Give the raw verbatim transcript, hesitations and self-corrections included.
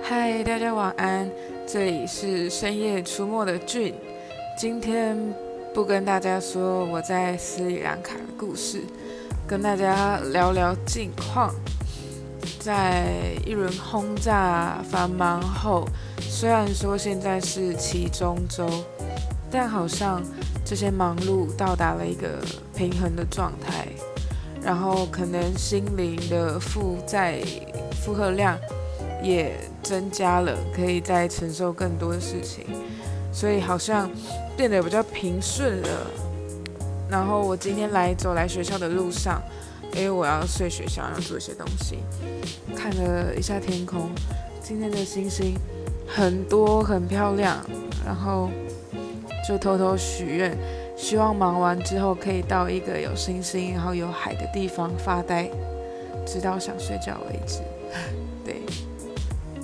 嗨，大家晚安，这里是深夜出没的俊。今天不跟大家说我在斯里兰卡的故事，跟大家聊聊近况。在一轮轰炸繁忙后，虽然说现在是期中周，但好像这些忙碌到达了一个平衡的状态，然后可能心灵的负债负荷量也增加了，可以再承受更多的事情，所以好像变得比较平顺了。然后我今天来走来学校的路上，因为我要睡学校，要做一些东西，看了一下天空，今天的星星很多很漂亮，然后就偷偷许愿，希望忙完之后可以到一个有星星然后有海的地方发呆，直到想睡觉为止。